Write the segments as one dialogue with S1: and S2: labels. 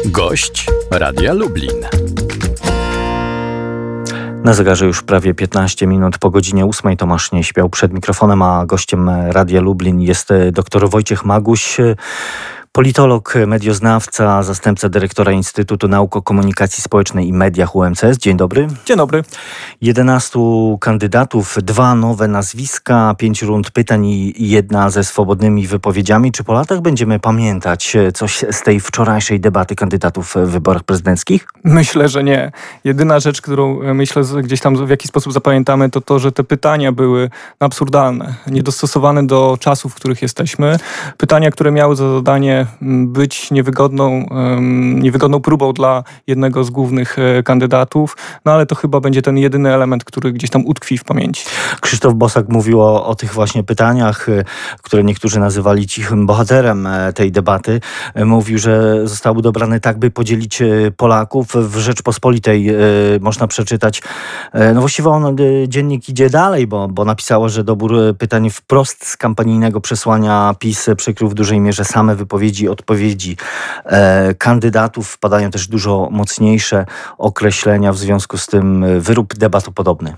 S1: Gość Radia Lublin.
S2: Na zegarze już prawie 15 minut po godzinie 8. Tomasz nie śpiał przed mikrofonem, a gościem Radia Lublin jest dr Wojciech Maguś, politolog, medioznawca, zastępca dyrektora Instytutu Nauk o Komunikacji Społecznej i Mediach UMCS. Dzień dobry.
S3: Dzień dobry.
S2: 11 kandydatów, 2 nowe nazwiska, 5 rund pytań i 1 ze swobodnymi wypowiedziami. Czy po latach będziemy pamiętać coś z tej wczorajszej debaty kandydatów w wyborach prezydenckich?
S3: Myślę, że nie. Jedyna rzecz, którą myślę gdzieś tam w jakiś sposób zapamiętamy, to to, że te pytania były absurdalne, niedostosowane do czasów, w których jesteśmy. Pytania, które miały za zadanie być niewygodną próbą dla jednego z głównych kandydatów, no ale to chyba będzie ten jedyny element, który gdzieś tam utkwi w pamięci.
S2: Krzysztof Bosak mówił o tych właśnie pytaniach, które niektórzy nazywali cichym bohaterem tej debaty. Mówił, że zostały dobrane tak, by podzielić Polaków. W Rzeczpospolitej można przeczytać, no właściwie dziennik idzie dalej, bo napisało, że dobór pytań wprost z kampanijnego przesłania PiS przykrył w dużej mierze same odpowiedzi kandydatów. Wpadają też dużo mocniejsze określenia, w związku z tym wyrób debatopodobny.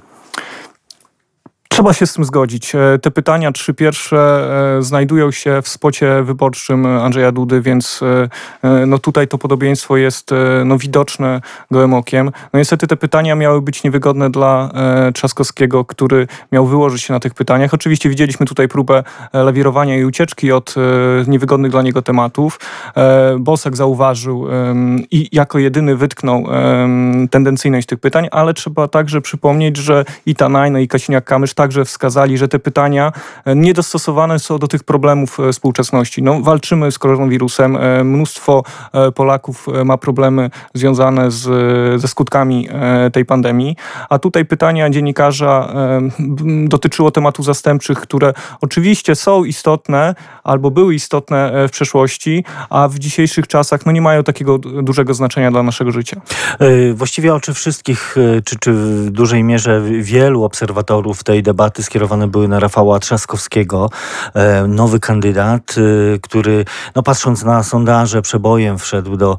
S3: Trzeba się z tym zgodzić. Te pytania 3 pierwsze znajdują się w spocie wyborczym Andrzeja Dudy, więc no tutaj to podobieństwo jest widoczne gołym okiem. No niestety te pytania miały być niewygodne dla Trzaskowskiego, który miał wyłożyć się na tych pytaniach. Oczywiście widzieliśmy tutaj próbę lawirowania i ucieczki od niewygodnych dla niego tematów. Bosak zauważył i jako jedyny wytknął tendencyjność tych pytań, ale trzeba także przypomnieć, że i Tanaj, i Kosiniak-Kamysz także wskazali, że te pytania niedostosowane są do tych problemów współczesności. No, walczymy z koronawirusem, mnóstwo Polaków ma problemy związane ze skutkami tej pandemii, a tutaj pytania dziennikarza dotyczyło tematów zastępczych, które oczywiście są istotne albo były istotne w przeszłości, a w dzisiejszych czasach nie mają takiego dużego znaczenia dla naszego życia.
S2: Właściwie oczy wszystkich, czy w dużej mierze wielu obserwatorów tej debaty skierowane były na Rafała Trzaskowskiego, nowy kandydat, który patrząc na sondaże przebojem wszedł do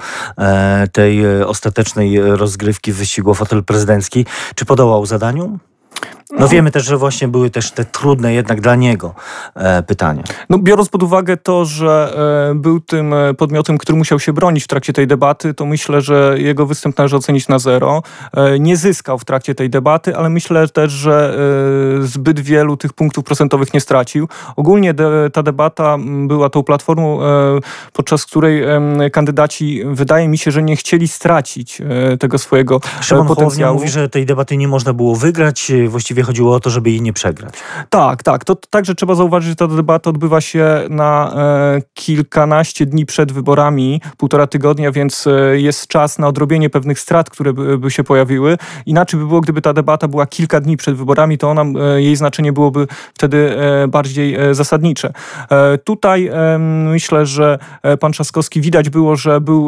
S2: tej ostatecznej rozgrywki w wyścigu o fotel prezydencki. Czy podołał zadaniu? Wiemy też, że właśnie były też te trudne jednak dla niego pytania.
S3: Biorąc pod uwagę to, że był tym podmiotem, który musiał się bronić w trakcie tej debaty, to myślę, że jego występ należy ocenić na 0. Nie zyskał w trakcie tej debaty, ale myślę też, że zbyt wielu tych punktów procentowych nie stracił. Ogólnie ta debata była tą platformą, podczas której kandydaci, wydaje mi się, że nie chcieli stracić tego swojego
S2: Szymon
S3: potencjału.
S2: Hołownia mówi, że tej debaty nie można było wygrać, właściwie chodziło o to, żeby jej nie przegrać.
S3: Tak. To także trzeba zauważyć, że ta debata odbywa się na kilkanaście dni przed wyborami, 1,5 tygodnia, więc jest czas na odrobienie pewnych strat, które by się pojawiły. Inaczej by było, gdyby ta debata była kilka dni przed wyborami, to jej znaczenie byłoby wtedy bardziej zasadnicze. Tutaj myślę, że pan Trzaskowski widać było, że był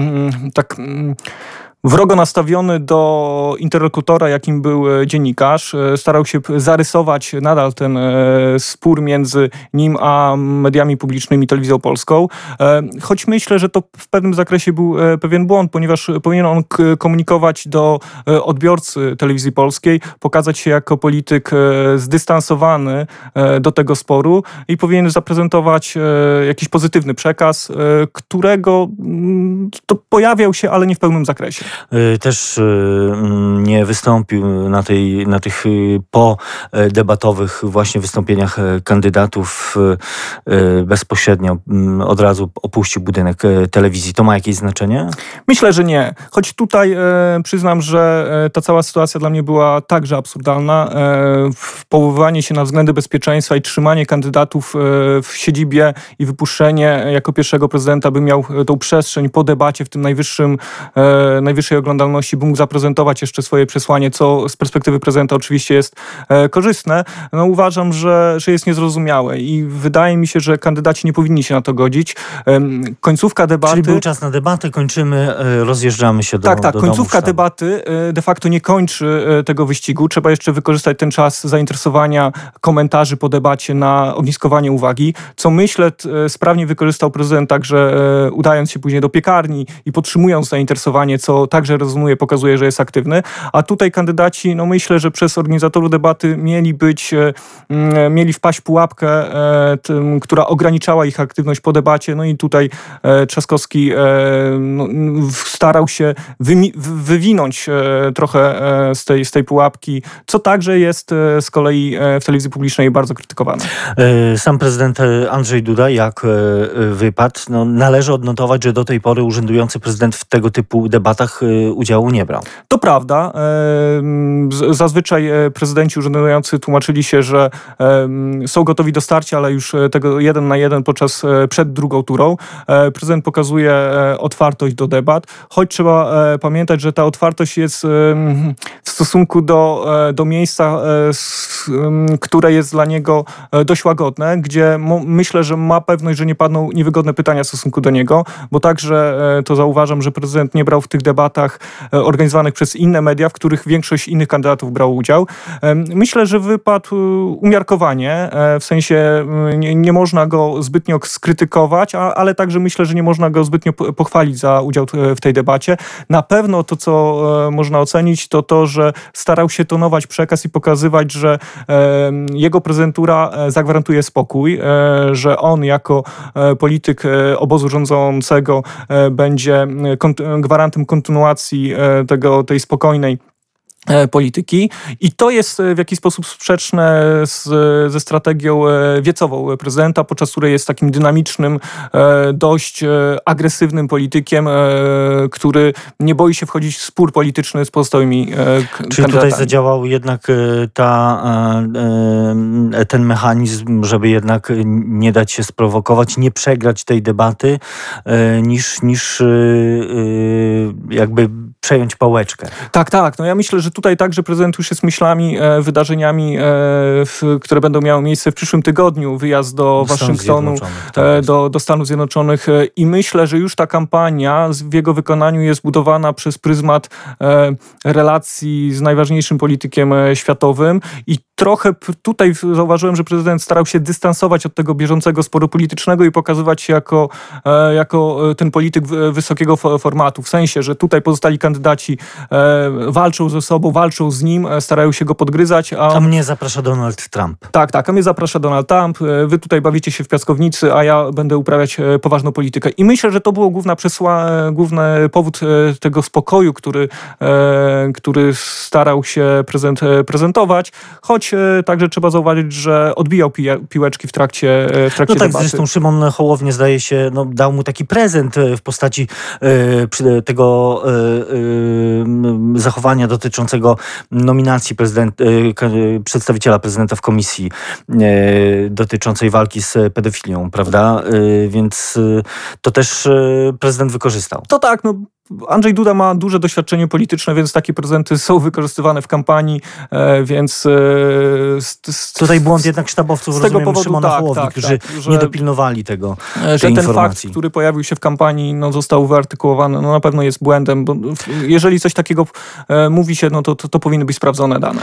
S3: wrogo nastawiony do interlokutora, jakim był dziennikarz. Starał się zarysować nadal ten spór między nim a mediami publicznymi, Telewizją Polską. Choć myślę, że to w pewnym zakresie był pewien błąd, ponieważ powinien on komunikować do odbiorcy Telewizji Polskiej, pokazać się jako polityk zdystansowany do tego sporu i powinien zaprezentować jakiś pozytywny przekaz, którego to pojawiał się, ale nie w pełnym zakresie.
S2: Też nie wystąpił na tych podebatowych właśnie wystąpieniach kandydatów bezpośrednio. Od razu opuścił budynek telewizji. To ma jakieś znaczenie?
S3: Myślę, że nie. Choć tutaj przyznam, że ta cała sytuacja dla mnie była także absurdalna. Powoływanie się na względy bezpieczeństwa i trzymanie kandydatów w siedzibie i wypuszczenie jako pierwszego prezydenta by miał tą przestrzeń po debacie w tym najwyższym najwyższej oglądalności, by mógł zaprezentować jeszcze swoje przesłanie, co z perspektywy prezydenta oczywiście jest korzystne, no uważam, że jest niezrozumiałe i wydaje mi się, że kandydaci nie powinni się na to godzić. Końcówka debaty...
S2: Czyli był czas na debatę, kończymy, rozjeżdżamy się do
S3: Tak,
S2: do
S3: końcówka
S2: domu
S3: debaty de facto nie kończy tego wyścigu. Trzeba jeszcze wykorzystać ten czas zainteresowania, komentarzy po debacie na ogniskowanie uwagi, co myślę sprawnie wykorzystał prezydent także udając się później do piekarni i podtrzymując zainteresowanie, co także rezonuje, pokazuje, że jest aktywny. A tutaj kandydaci, no myślę, że przez organizatorów debaty mieli wpaść w pułapkę, która ograniczała ich aktywność po debacie. No i tutaj Trzaskowski starał się wywinąć trochę z tej pułapki, co także jest z kolei w telewizji publicznej bardzo krytykowane.
S2: Sam prezydent Andrzej Duda, jak wypadł, no, należy odnotować, że do tej pory urzędujący prezydent w tego typu debatach udziału nie brał.
S3: To prawda. Zazwyczaj prezydenci urzędujący tłumaczyli się, że są gotowi do starcia, ale już tego 1 na 1 przed drugą turą. Prezydent pokazuje otwartość do debat, choć trzeba pamiętać, że ta otwartość jest w stosunku do miejsca, które jest dla niego dość łagodne, gdzie myślę, że ma pewność, że nie padną niewygodne pytania w stosunku do niego, bo także to zauważam, że prezydent nie brał w tych debatach organizowanych przez inne media, w których większość innych kandydatów brało udział. Myślę, że wypadł umiarkowanie, w sensie nie można go zbytnio skrytykować, ale także myślę, że nie można go zbytnio pochwalić za udział w tej debacie. Na pewno to, co można ocenić, to, że starał się tonować przekaz i pokazywać, że jego prezydentura zagwarantuje spokój, że on jako polityk obozu rządzącego będzie gwarantem kontynuacji tej spokojnej polityki i to jest w jakiś sposób sprzeczne ze strategią wiecową prezydenta, podczas której jest takim dynamicznym, dość agresywnym politykiem, który nie boi się wchodzić w spór polityczny z pozostałymi kandydatami.
S2: Czyli tutaj zadziałał jednak ten mechanizm, żeby jednak nie dać się sprowokować, nie przegrać tej debaty, niż jakby przejąć pałeczkę.
S3: Tak. No ja myślę, że tutaj także prezydent już jest myślami, wydarzeniami, które będą miały miejsce w przyszłym tygodniu. Wyjazd do Waszyngtonu, do Stanów Zjednoczonych i myślę, że już ta kampania w jego wykonaniu jest budowana przez pryzmat relacji z najważniejszym politykiem światowym i trochę tutaj zauważyłem, że prezydent starał się dystansować od tego bieżącego sporu politycznego i pokazywać się jako ten polityk wysokiego formatu. W sensie, że tutaj pozostali kandydaci walczą ze sobą, walczą z nim, starają się go podgryzać.
S2: A mnie zaprasza Donald Trump.
S3: Tak, a mnie zaprasza Donald Trump. Wy tutaj bawicie się w piaskownicy, a ja będę uprawiać poważną politykę. I myślę, że to było główny powód tego spokoju, który starał się prezydent prezentować, choć także trzeba zauważyć, że odbijał piłeczki w trakcie debaty.
S2: Zresztą Szymon Hołownia, zdaje się, dał mu taki prezent w postaci tego zachowania dotyczącego nominacji przedstawiciela prezydenta w komisji dotyczącej walki z pedofilią, prawda? Więc to też prezydent wykorzystał.
S3: To tak, Andrzej Duda ma duże doświadczenie polityczne, więc takie prezenty są wykorzystywane w kampanii, więc...
S2: Tutaj błąd jednak sztabowców, rozumiem, Szymona Hołowni, którzy nie dopilnowali tej
S3: że ten
S2: informacji.
S3: Fakt, który pojawił się w kampanii, został wyartykułowany, na pewno jest błędem, bo jeżeli coś takiego mówi się, to powinny być sprawdzone dane.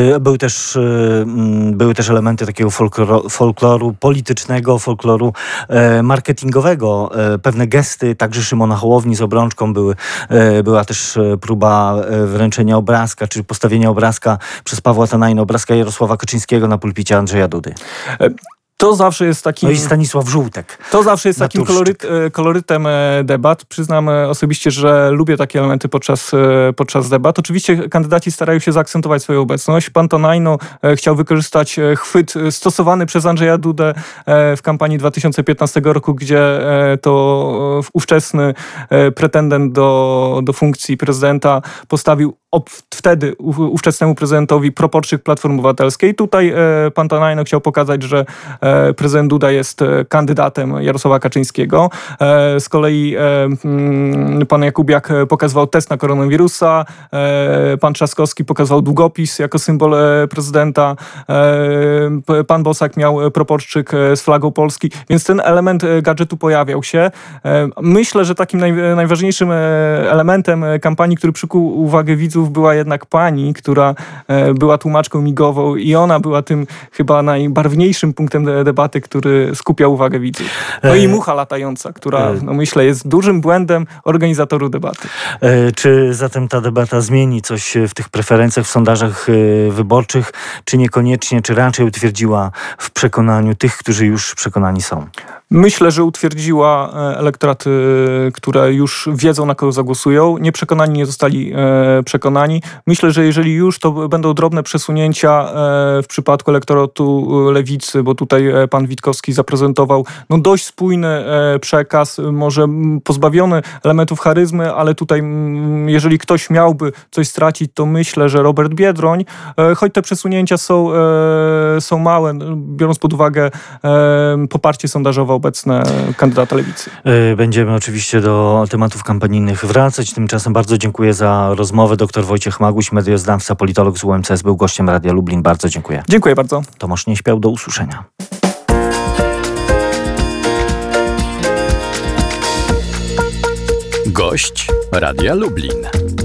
S2: Były też elementy takiego folkloru politycznego, folkloru marketingowego. Pewne gesty, także Szymona Hołowni z obrączką była też próba wręczenia obrazka, czy postawienia obrazka przez Pawła Tanajna, obrazka Jarosława Kaczyńskiego na pulpicie Andrzeja Dudy.
S3: To zawsze jest takim...
S2: No i Stanisław Żółtek.
S3: To zawsze jest takim kolorytem debat. Przyznam osobiście, że lubię takie elementy podczas debat. Oczywiście kandydaci starają się zaakcentować swoją obecność. Pan Tonajno chciał wykorzystać chwyt stosowany przez Andrzeja Dudę w kampanii 2015 roku, gdzie to ówczesny pretendent do funkcji prezydenta postawił wtedy ówczesnemu prezydentowi proporczyk Platformy Obywatelskiej. Tutaj pan Tanajno chciał pokazać, że prezydent Duda jest kandydatem Jarosława Kaczyńskiego. Z kolei pan Jakubiak pokazywał test na koronawirusa, pan Trzaskowski pokazywał długopis jako symbol prezydenta, pan Bosak miał proporczyk z flagą Polski, więc ten element gadżetu pojawiał się. Myślę, że takim najważniejszym elementem kampanii, który przykuł uwagę widzów, była jednak pani, która była tłumaczką migową i ona była tym chyba najbarwniejszym punktem debaty, który skupiał uwagę widzów. No i mucha latająca, która myślę jest dużym błędem organizatorów debaty.
S2: Czy zatem ta debata zmieni coś w tych preferencjach, w sondażach wyborczych, czy niekoniecznie, czy raczej utwierdziła w przekonaniu tych, którzy już przekonani są?
S3: Myślę, że utwierdziła elektoraty, które już wiedzą, na kogo zagłosują. Nieprzekonani nie zostali przekonani. Myślę, że jeżeli już, to będą drobne przesunięcia w przypadku elektoratu lewicy, bo tutaj pan Witkowski zaprezentował dość spójny przekaz, może pozbawiony elementów charyzmy, ale tutaj jeżeli ktoś miałby coś stracić, to myślę, że Robert Biedroń, choć te przesunięcia są małe, biorąc pod uwagę poparcie sondażowe obecne kandydata lewicy.
S2: Będziemy oczywiście do tematów kampanijnych wracać. Tymczasem bardzo dziękuję za rozmowę. Dr Wojciech Maguś, medioznawca, politolog z UMCS, był gościem Radia Lublin. Bardzo dziękuję.
S3: Dziękuję bardzo.
S2: Tomasz Nieśpiał, do usłyszenia.
S1: Gość Radia Lublin.